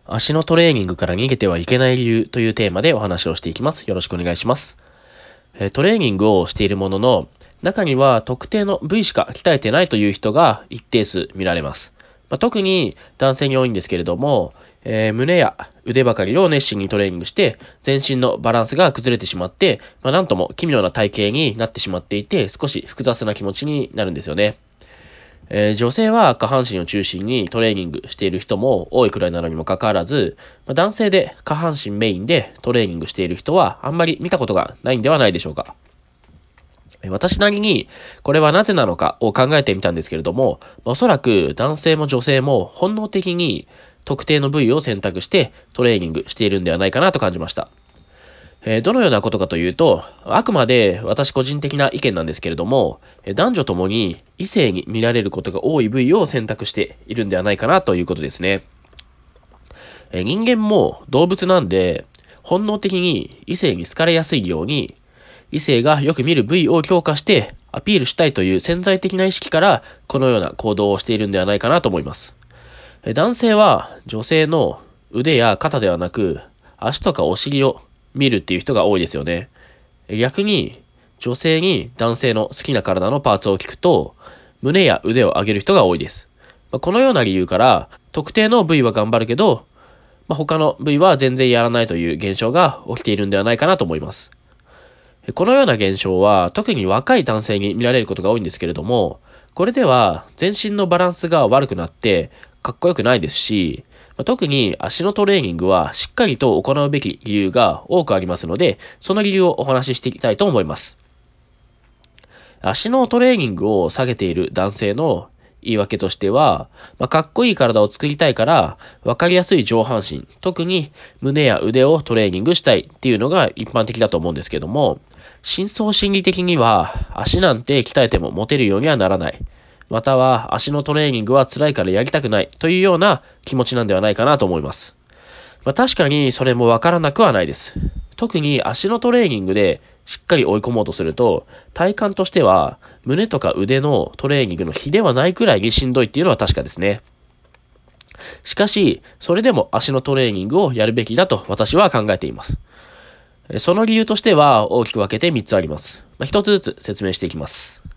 足のトレーニングから逃げてはいけない理由というテーマでお話をしていきます。よろしくお願いします。トレーニングをしているものの、中には特定の部位しか鍛えてないという人が一定数見られます。特に男性に多いんですけれども、胸や腕ばかりを熱心にトレーニングして、全身のバランスが崩れてしまって、なんとも奇妙な体型になってしまっていて、少し複雑な気持ちになるんですよね。女性は下半身を中心にトレーニングしている人も多いくらいなのにもかかわらず、男性で下半身メインでトレーニングしている人はあんまり見たことがないんではないでしょうか。私なりにこれはなぜなのかを考えてみたんですけれども、おそらく男性も女性も本能的に特定の部位を選択してトレーニングしているんではないかなと感じました。どのようなことかというと、あくまで私個人的な意見なんですけれども、男女ともに異性に見られることが多い部位を選択しているんではないかなということですね。人間も動物なんで、本能的に異性に好かれやすいように、異性がよく見る部位を強化してアピールしたいという潜在的な意識からこのような行動をしているんではないかなと思います。男性は女性の腕や肩ではなく、足とかお尻を見るっていう人が多いですよね。逆に、女性に男性の好きな体のパーツを聞くと、胸や腕を上げる人が多いです。このような理由から、特定の部位は頑張るけど、他の部位は全然やらないという現象が起きているんではないかなと思います。このような現象は、特に若い男性に見られることが多いんですけれども、これでは全身のバランスが悪くなって、かっこよくないですし、特に足のトレーニングはしっかりと行うべき理由が多くありますので、その理由をお話ししていきたいと思います。足のトレーニングを下げている男性の言い訳としては、かっこいい体を作りたいから、わかりやすい上半身、特に胸や腕をトレーニングしたいっていうのが一般的だと思うんですけども、深層心理的には足なんて鍛えてもモテるようにはならない。または足のトレーニングは辛いからやりたくないというような気持ちなんではないかなと思います。確かにそれもわからなくはないです。特に足のトレーニングでしっかり追い込もうとすると、体感としては胸とか腕のトレーニングの比ではないくらいにしんどいっていうのは確かですね。しかし、それでも足のトレーニングをやるべきだと私は考えています。その理由としては大きく分けて3つあります。1つずつ説明していきます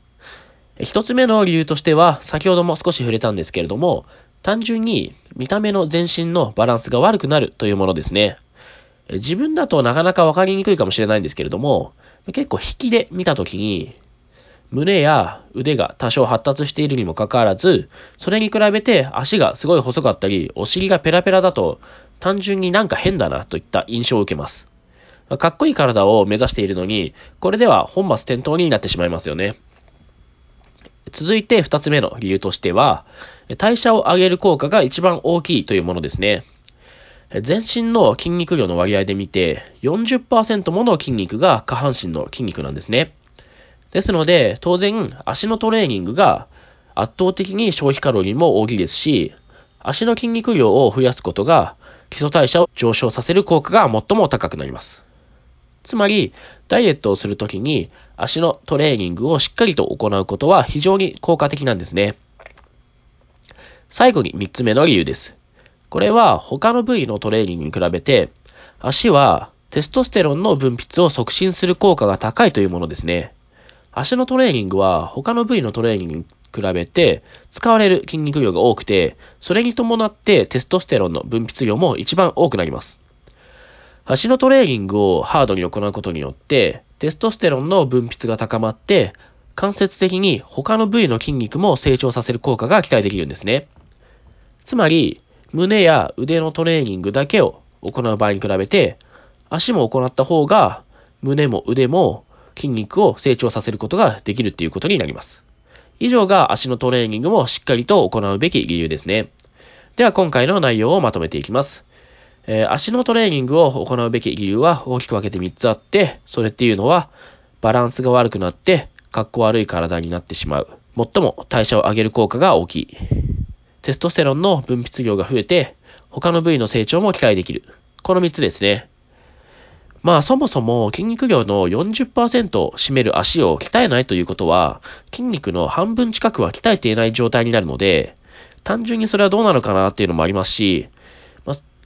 。1つ目の理由としては、先ほども少し触れたんですけれども、単純に見た目の全身のバランスが悪くなるというものですね。自分だとなかなか分かりにくいかもしれないんですけれども、結構引きで見たときに、胸や腕が多少発達しているにもかかわらず、それに比べて足がすごい細かったり、お尻がペラペラだと、単純になんか変だなといった印象を受けます。かっこいい体を目指しているのに、これでは本末転倒になってしまいますよね。続いて2つ目の理由としては、代謝を上げる効果が一番大きいというものですね。全身の筋肉量の割合で見て、40% もの筋肉が下半身の筋肉なんですね。ですので、当然、足のトレーニングが圧倒的に消費カロリーも大きいですし、足の筋肉量を増やすことが基礎代謝を上昇させる効果が最も高くなります。つまり、ダイエットをするときに足のトレーニングをしっかりと行うことは非常に効果的なんですね。最後に3つ目の理由です。これは他の部位のトレーニングに比べて、足はテストステロンの分泌を促進する効果が高いというものですね。足のトレーニングは他の部位のトレーニングに比べて使われる筋肉量が多くて、それに伴ってテストステロンの分泌量も一番多くなります。足のトレーニングをハードに行うことによって、テストステロンの分泌が高まって、間接的に他の部位の筋肉も成長させる効果が期待できるんですね。つまり、胸や腕のトレーニングだけを行う場合に比べて、足も行った方が、胸も腕も筋肉を成長させることができるということになります。以上が足のトレーニングもしっかりと行うべき理由ですね。では今回の内容をまとめていきます。足のトレーニングを行うべき理由は大きく分けて3つあって、それっていうのは、バランスが悪くなって、かっこ悪い体になってしまう。最も代謝を上げる効果が大きい。テストステロンの分泌量が増えて、他の部位の成長も期待できる。この3つですね。そもそも筋肉量の 40% を占める足を鍛えないということは、筋肉の半分近くは鍛えていない状態になるので、単純にそれはどうなのかなっていうのもありますし、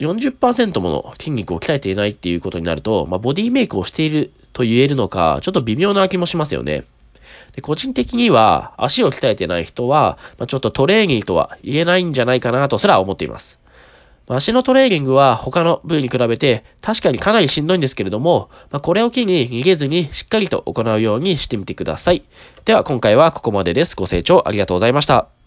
40% もの筋肉を鍛えていないっていうことになると、ボディメイクをしていると言えるのか、ちょっと微妙な気もしますよね。で、個人的には、足を鍛えてない人は、ちょっとトレーニングとは言えないんじゃないかなとすら思っています。足のトレーニングは他の部位に比べて確かにかなりしんどいんですけれども、これを機に逃げずにしっかりと行うようにしてみてください。では今回はここまでです。ご清聴ありがとうございました。